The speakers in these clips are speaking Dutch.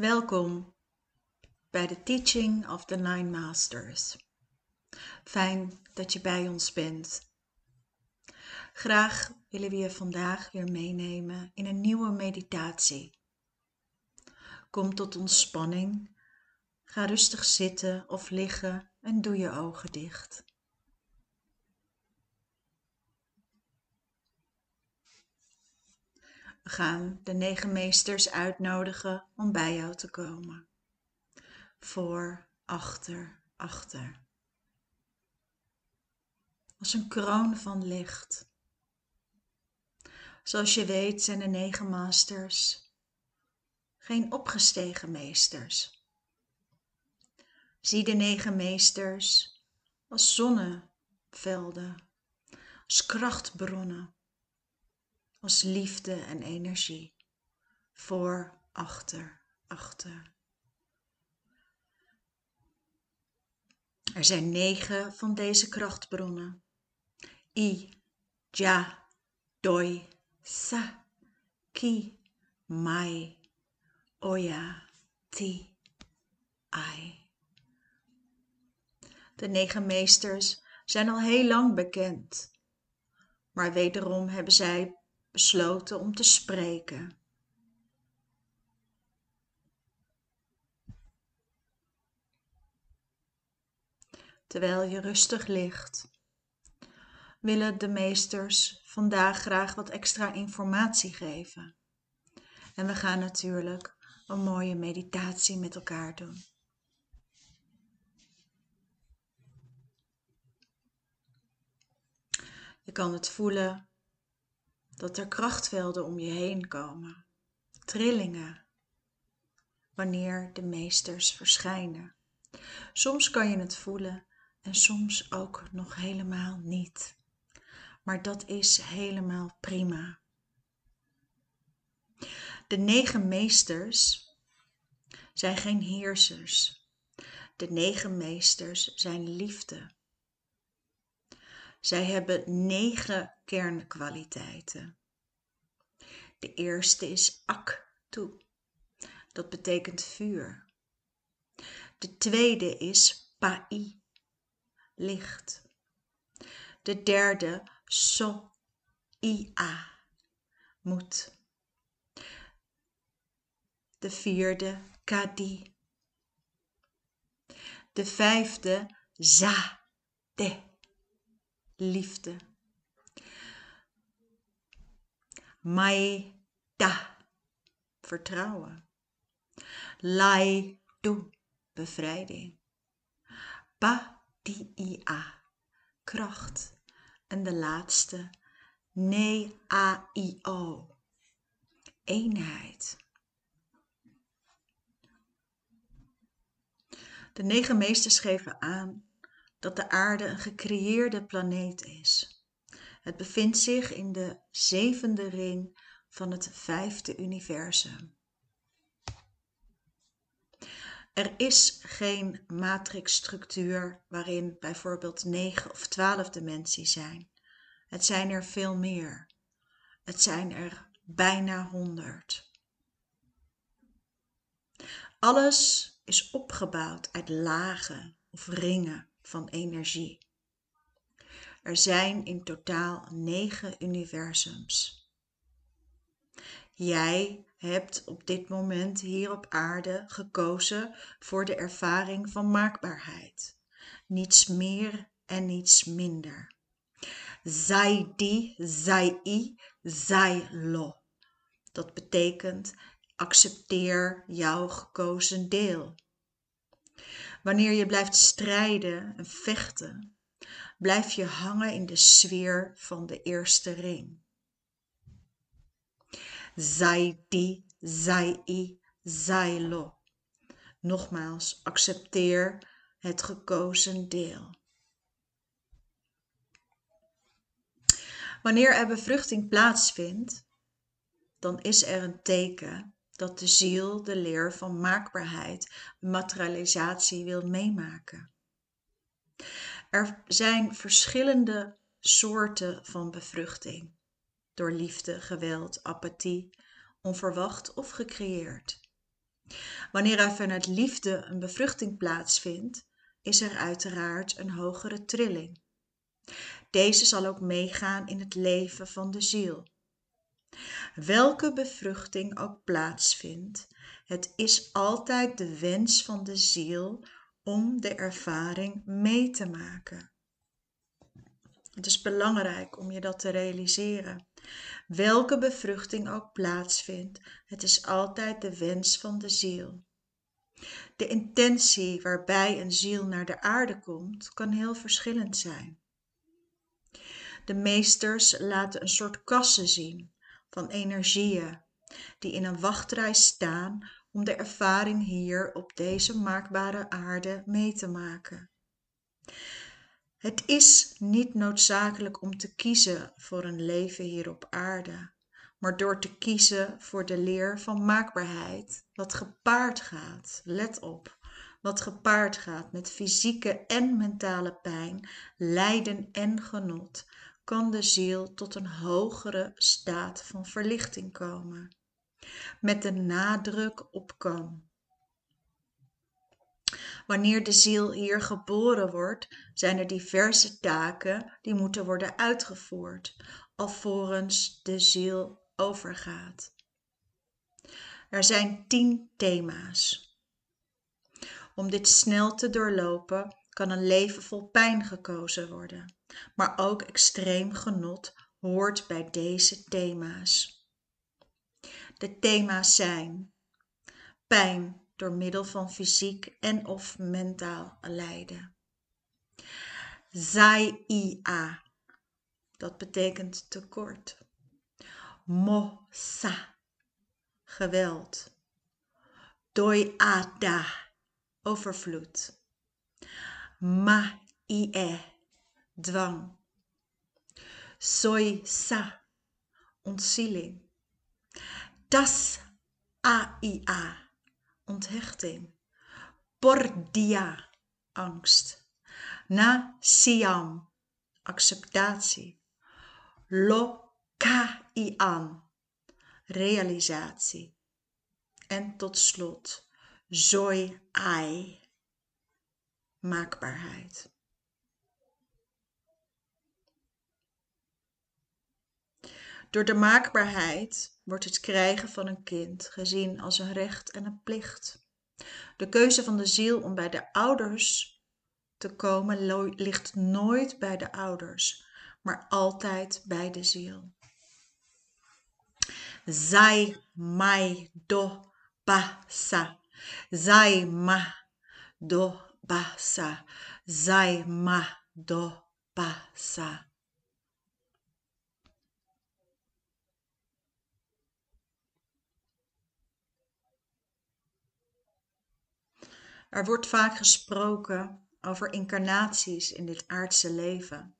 Welkom bij de Teaching of the Nine Masters. Fijn dat je bij ons bent. Graag willen we je vandaag weer meenemen in een nieuwe meditatie. Kom tot ontspanning, ga rustig zitten of liggen en doe je ogen dicht. We gaan de 9 meesters uitnodigen om bij jou te komen. Voor, achter, achter. Als een kroon van licht. Zoals je weet zijn de 9 masters geen opgestegen meesters. Zie de 9 meesters als zonnevelden, als krachtbronnen, als liefde en energie. Voor, achter, achter. Er zijn 9 van deze krachtbronnen. I, Ja, Doi, Sa, Ki, Mai, Oya, Ti, Ai. De 9 meesters zijn al heel lang bekend, maar wederom hebben zij besloten om te spreken. Terwijl je rustig ligt, willen de meesters vandaag graag wat extra informatie geven. En we gaan natuurlijk een mooie meditatie met elkaar doen. Je kan het voelen dat er krachtvelden om je heen komen, trillingen, wanneer de meesters verschijnen. Soms kan je het voelen en soms ook nog helemaal niet. Maar dat is helemaal prima. De 9 meesters zijn geen heersers. De 9 meesters zijn liefde. Zij hebben 9 kernkwaliteiten. De eerste is Aktu. Dat betekent vuur. De tweede is Pai. Licht. De derde So-ia. Moed. De vierde Kadi. De vijfde Za-de. Liefde. Mai-da. Vertrouwen. Lai-du. Bevrijding. Pa-di-ia. Kracht. En de laatste Ne-a-i-o. Eenheid. De 9 meesters geven aan dat de aarde een gecreëerde planeet is. Het bevindt zich in de 7e ring van het 5e universum. Er is geen matrixstructuur waarin bijvoorbeeld 9 of 12 dimensies zijn. Het zijn er veel meer. Het zijn er bijna 100. Alles is opgebouwd uit lagen of ringen van energie. Er zijn in totaal 9 universums. Jij hebt op dit moment hier op aarde gekozen voor de ervaring van maakbaarheid. Niets meer en niets minder. Zai di, zai i, zai lo. Dat betekent accepteer jouw gekozen deel. Wanneer je blijft strijden en vechten, blijf je hangen in de sfeer van de eerste ring. Zai di, zai i, zai lo. Nogmaals, accepteer het gekozen deel. Wanneer er bevruchting plaatsvindt, dan is er een teken dat de ziel de leer van maakbaarheid, materialisatie wil meemaken. Er zijn verschillende soorten van bevruchting. Door liefde, geweld, apathie, onverwacht of gecreëerd. Wanneer er vanuit liefde een bevruchting plaatsvindt, is er uiteraard een hogere trilling. Deze zal ook meegaan in het leven van de ziel. Welke bevruchting ook plaatsvindt, het is altijd de wens van de ziel om de ervaring mee te maken. Het is belangrijk om je dat te realiseren. Welke bevruchting ook plaatsvindt, het is altijd de wens van de ziel. De intentie waarbij een ziel naar de aarde komt, kan heel verschillend zijn. De meesters laten een soort kassen zien van energieën die in een wachtrij staan om de ervaring hier op deze maakbare aarde mee te maken. Het is niet noodzakelijk om te kiezen voor een leven hier op aarde, maar door te kiezen voor de leer van maakbaarheid, wat gepaard gaat, let op, wat gepaard gaat met fysieke en mentale pijn, lijden en genot, kan de ziel tot een hogere staat van verlichting komen. Met de nadruk op kan. Wanneer de ziel hier geboren wordt, zijn er diverse taken die moeten worden uitgevoerd, alvorens de ziel overgaat. Er zijn 10 thema's. Om dit snel te doorlopen kan een leven vol pijn gekozen worden, maar ook extreem genot hoort bij deze thema's. De thema's zijn pijn door middel van fysiek en of mentaal lijden. Zai-a, dat betekent tekort. Mo-sa, geweld. Doi-a-da, overvloed. Ma-i-e, dwang. Soi-sa, ontzieling. Tas-a-i-a, onthechting. Pordia, angst. Na-siam, acceptatie. Lo-ka-i-an, realisatie. En tot slot, zoi-ai, maakbaarheid. Door de maakbaarheid wordt het krijgen van een kind gezien als een recht en een plicht. De keuze van de ziel om bij de ouders te komen ligt nooit bij de ouders, maar altijd bij de ziel. Zai mai do basa, zai ma do basa, zai ma do basa. Er wordt vaak gesproken over incarnaties in dit aardse leven.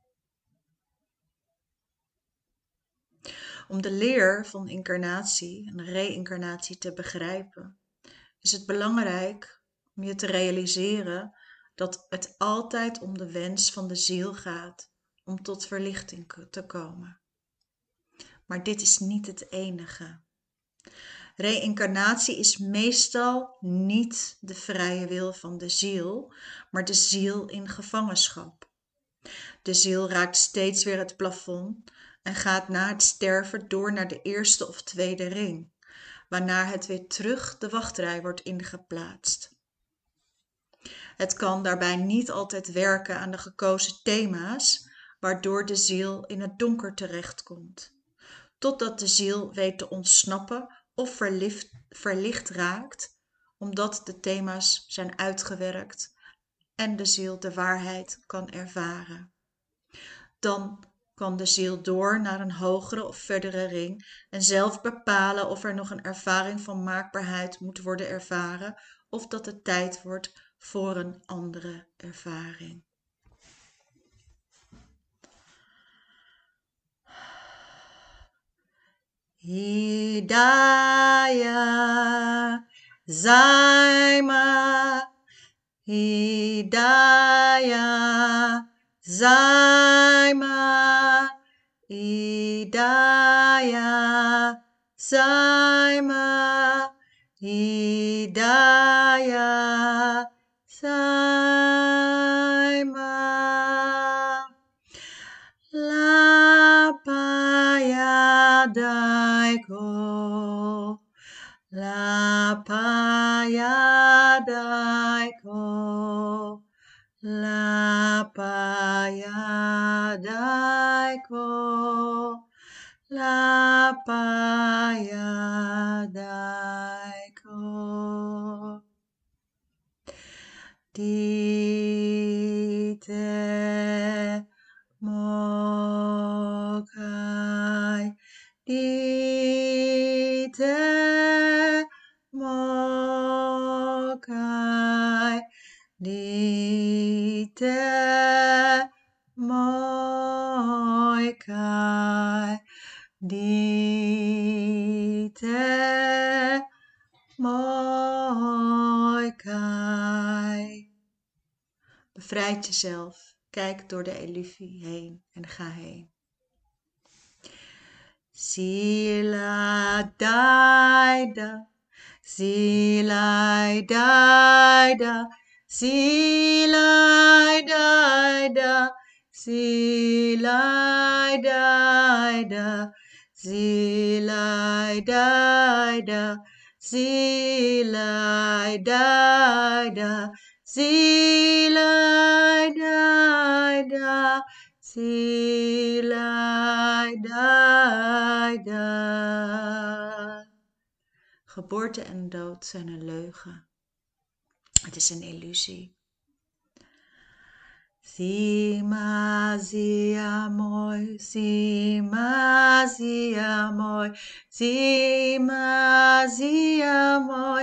Om de leer van incarnatie en reïncarnatie te begrijpen, is het belangrijk om je te realiseren dat het altijd om de wens van de ziel gaat om tot verlichting te komen. Maar dit is niet het enige. Reïncarnatie is meestal niet de vrije wil van de ziel, maar de ziel in gevangenschap. De ziel raakt steeds weer het plafond en gaat na het sterven door naar de eerste of tweede ring, waarna het weer terug de wachtrij wordt ingeplaatst. Het kan daarbij niet altijd werken aan de gekozen thema's, waardoor de ziel in het donker terechtkomt, totdat de ziel weet te ontsnappen of verlicht raakt, omdat de thema's zijn uitgewerkt en de ziel de waarheid kan ervaren. Dan kan de ziel door naar een hogere of verdere ring en zelf bepalen of er nog een ervaring van maakbaarheid moet worden ervaren of dat het tijd wordt voor een andere ervaring. Hidaya Zaima, Hidaya Zaima, Hidaya Zaima, Hidaya Saima Lapaya Daiko Lapaya Daiko Lapaya Daiko Lapaya Daiko Dite Mokai Dite Mokai Dite Mokai Dite Mokai. Bevrijd jezelf. Kijk door de elufie heen en ga heen. Sila daida, sila daida, sila daida, sila daida, sila daida, sila daida, sila daida, sila daida. Geboorte en dood zijn een leugen. Het is een illusie. Sima zia moi, sima zia moi, sima zia moi,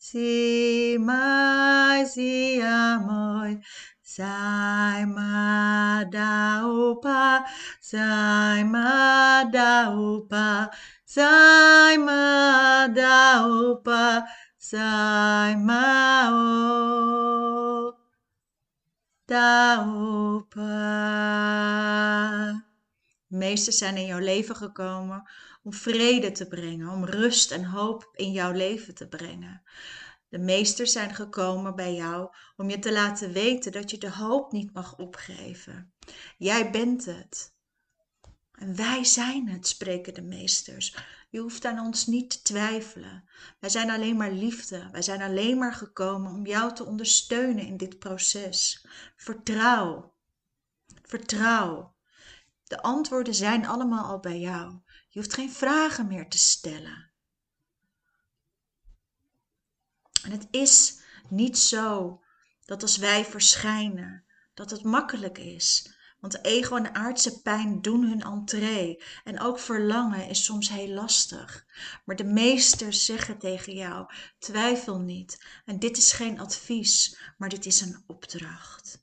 sima zia moi. Sai ma daupa, sai ma daupa, sai ma daupa, sai ma o daupa. Meesters zijn in jouw leven gekomen om vrede te brengen, om rust en hoop in jouw leven te brengen. De meesters zijn gekomen bij jou om je te laten weten dat je de hoop niet mag opgeven. Jij bent het. En wij zijn het, spreken de meesters. Je hoeft aan ons niet te twijfelen. Wij zijn alleen maar liefde. Wij zijn alleen maar gekomen om jou te ondersteunen in dit proces. Vertrouw. Vertrouw. De antwoorden zijn allemaal al bij jou. Je hoeft geen vragen meer te stellen. En het is niet zo dat als wij verschijnen, dat het makkelijk is. Want de ego en de aardse pijn doen hun entree. En ook verlangen is soms heel lastig. Maar de meesters zeggen tegen jou, twijfel niet. En dit is geen advies, maar dit is een opdracht.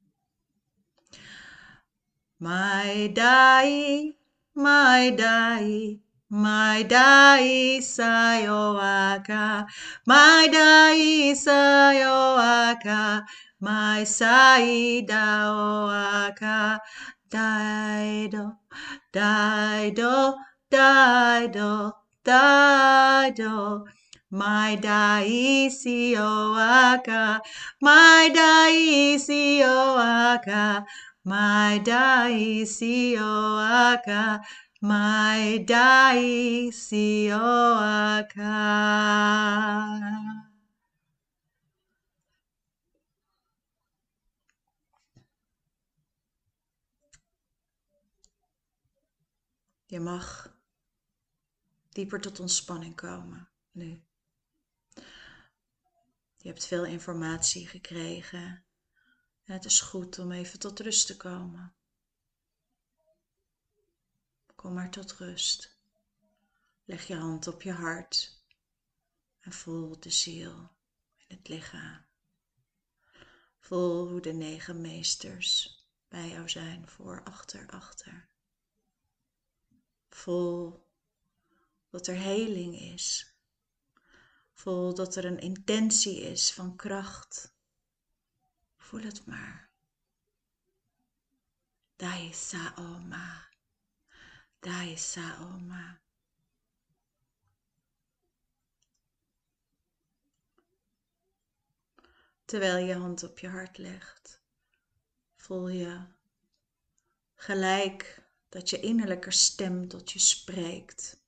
Mai dai, mai dai, mai dai sayoaka, mai dai sayoaka, mai sai daoaka, daido, daido, daido, daido. Mai dai sioaka, mai dai sioaka, mai dai sioaka, mai dai sioaka. Je mag dieper tot ontspanning komen nu. Je hebt veel informatie gekregen. En het is goed om even tot rust te komen. Kom maar tot rust. Leg je hand op je hart en voel de ziel in het lichaam. Voel hoe de 9 meesters bij jou zijn, voor, achter, achter. Voel dat er heling is. Voel dat er een intentie is van kracht. Voel het maar. Dai Saoma. Dai Saoma. Terwijl je hand op je hart legt, voel je gelijk dat je innerlijke stem tot je spreekt.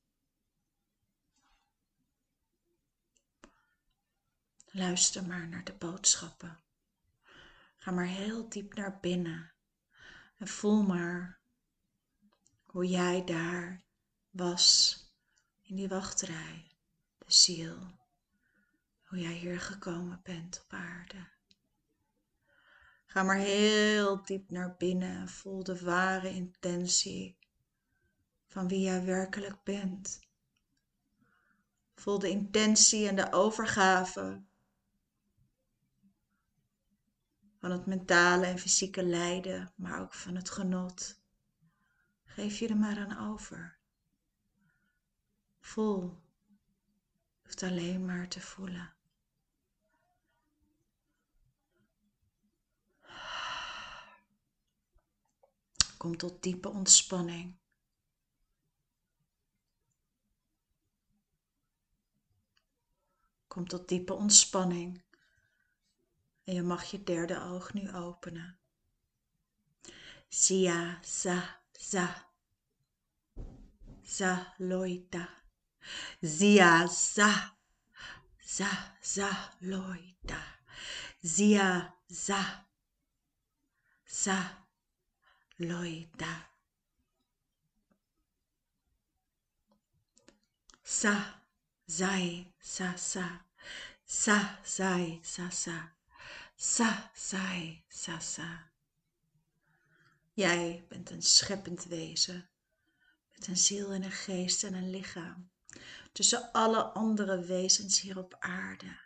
Luister maar naar de boodschappen. Ga maar heel diep naar binnen en voel maar hoe jij daar was in die wachtrij, de ziel. Hoe jij hier gekomen bent op aarde. Ga maar heel diep naar binnen en voel de ware intentie van wie jij werkelijk bent. Voel de intentie en de overgave van het mentale en fysieke lijden, maar ook van het genot. Geef je er maar aan over. Voel, je hoeft alleen maar te voelen. Kom tot diepe ontspanning. Kom tot diepe ontspanning. En je mag je derde oog nu openen. Sia, sa, za. Za, loita. Zia, za. Za, za, loita. Zia, za. Za, loita. Sa, zai, sa, sa. Sa, zai, sa, sa. Sa, zai, sa, sa. Jij bent een scheppend wezen. Met een ziel en een geest en een lichaam. Tussen alle andere wezens hier op aarde.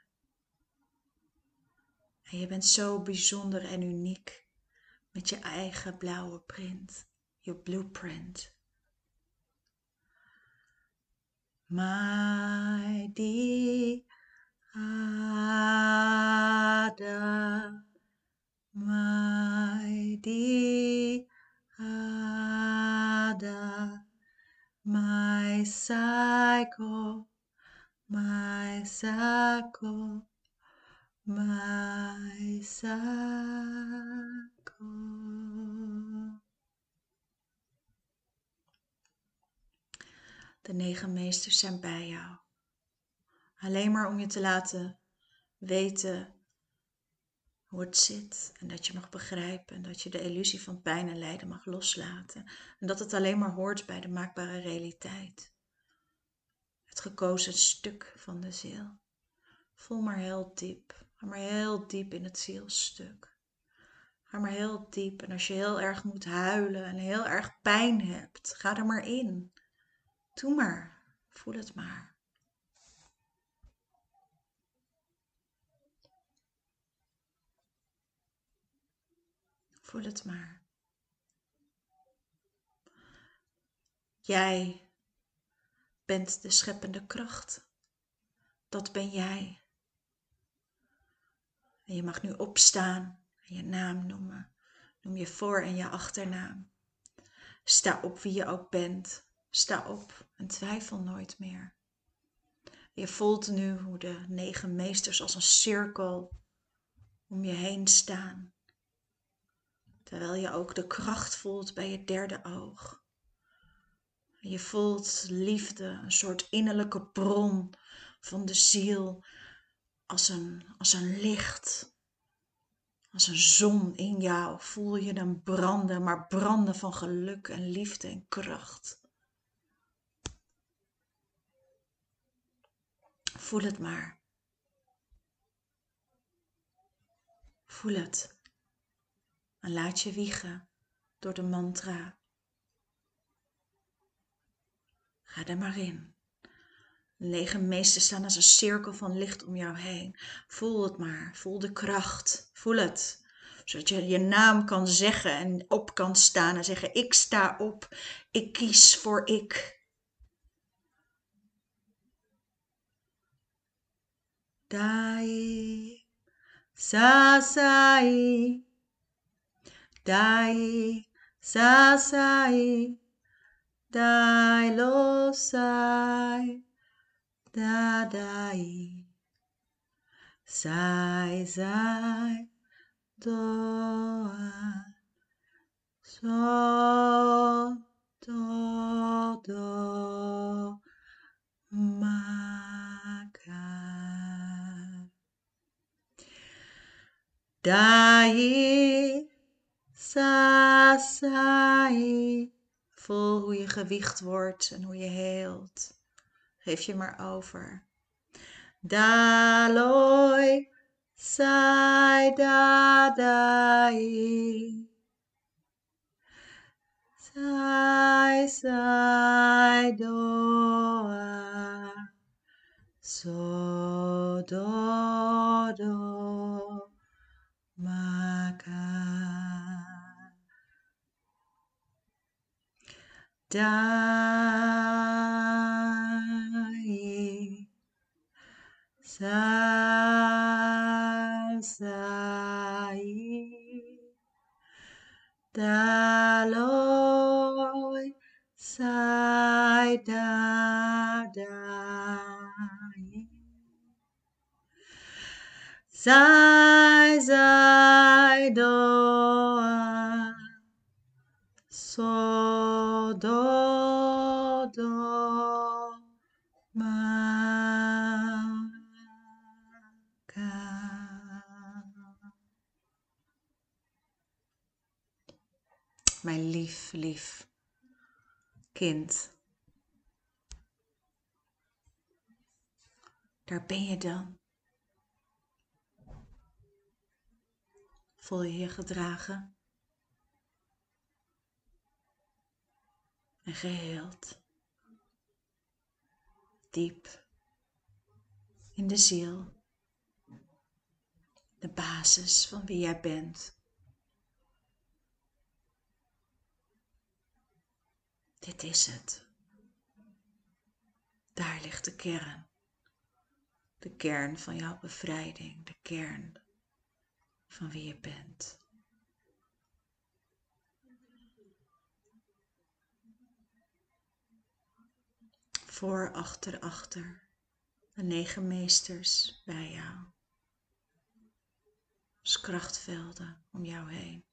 En je bent zo bijzonder en uniek. Met je eigen blauwe print. Je blueprint. Mighty Ada. Mighty Ada. My cycle, my cycle, my cycle. De 9 meesters zijn bij jou. Alleen maar om je te laten weten hoe het zit. En dat je mag begrijpen. En dat je de illusie van pijn en lijden mag loslaten. En dat het alleen maar hoort bij de maakbare realiteit. Het gekozen stuk van de ziel. Voel maar heel diep. Ga maar heel diep in het zielstuk. Ga maar heel diep. En als je heel erg moet huilen en heel erg pijn hebt, ga er maar in. Doe maar. Voel het maar. Voel het maar. Jij bent de scheppende kracht. Dat ben jij. En je mag nu opstaan en je naam noemen. Noem je voor- en je achternaam. Sta op wie je ook bent. Sta op en twijfel nooit meer. Je voelt nu hoe de 9 meesters als een cirkel om je heen staan. Terwijl je ook de kracht voelt bij je derde oog. Je voelt liefde, een soort innerlijke bron van de ziel. Als een licht. Als een zon in jou voel je hem branden, maar branden van geluk en liefde en kracht. Voel het maar. Voel het. En laat je wiegen door de mantra. Ga er maar in. De 9 meesters staan als een cirkel van licht om jou heen. Voel het maar. Voel de kracht. Voel het. Zodat je je naam kan zeggen en op kan staan en zeggen: ik sta op. Ik kies voor ik. Dai, sasai. Dai, sasai. Dai, losai. Dadai. Zai, zai, doa. So, do, do, ma, ka. Dai, sa, sai. Voel hoe je gewicht wordt en hoe je heelt. Geef je maar over. Daloi, sai, da, dai. Sai, sai, doa. So, do, do, ma, ka. Dai, sa, sai. Daloi, sai, da, dai. Zai, zai, doa. So, do, do, ma, ka. Mijn lief, lief kind. Daar ben je dan. Voel je je gedragen en geheeld. Diep in de ziel. De basis van wie jij bent. Dit is het. Daar ligt de kern. De kern van jouw bevrijding. De kern van wie je bent. Voor, achter, achter. De 9 meesters bij jou. Als krachtvelden om jou heen.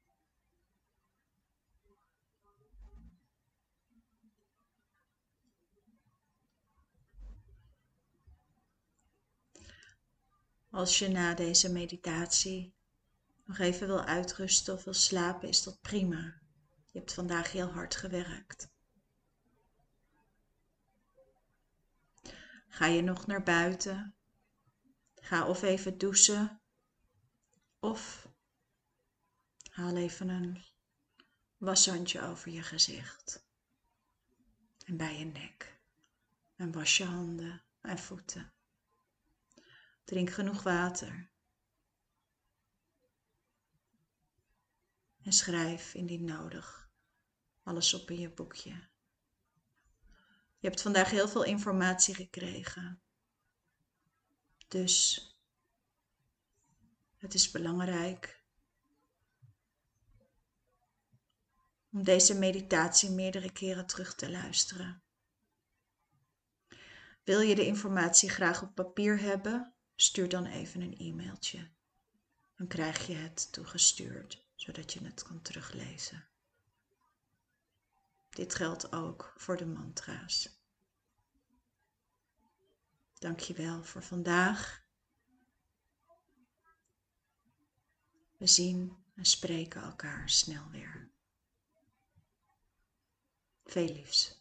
Als je na deze meditatie nog even wil uitrusten of wil slapen, is dat prima. Je hebt vandaag heel hard gewerkt. Ga je nog naar buiten? Ga of even douchen of haal even een washandje over je gezicht en bij je nek en was je handen en voeten. Drink genoeg water en schrijf indien nodig alles op in je boekje. Je hebt vandaag heel veel informatie gekregen. Dus het is belangrijk om deze meditatie meerdere keren terug te luisteren. Wil je de informatie graag op papier hebben? Stuur dan even een e-mailtje. Dan krijg je het toegestuurd, zodat je het kan teruglezen. Dit geldt ook voor de mantra's. Dank je wel voor vandaag. We zien en spreken elkaar snel weer. Veel liefs.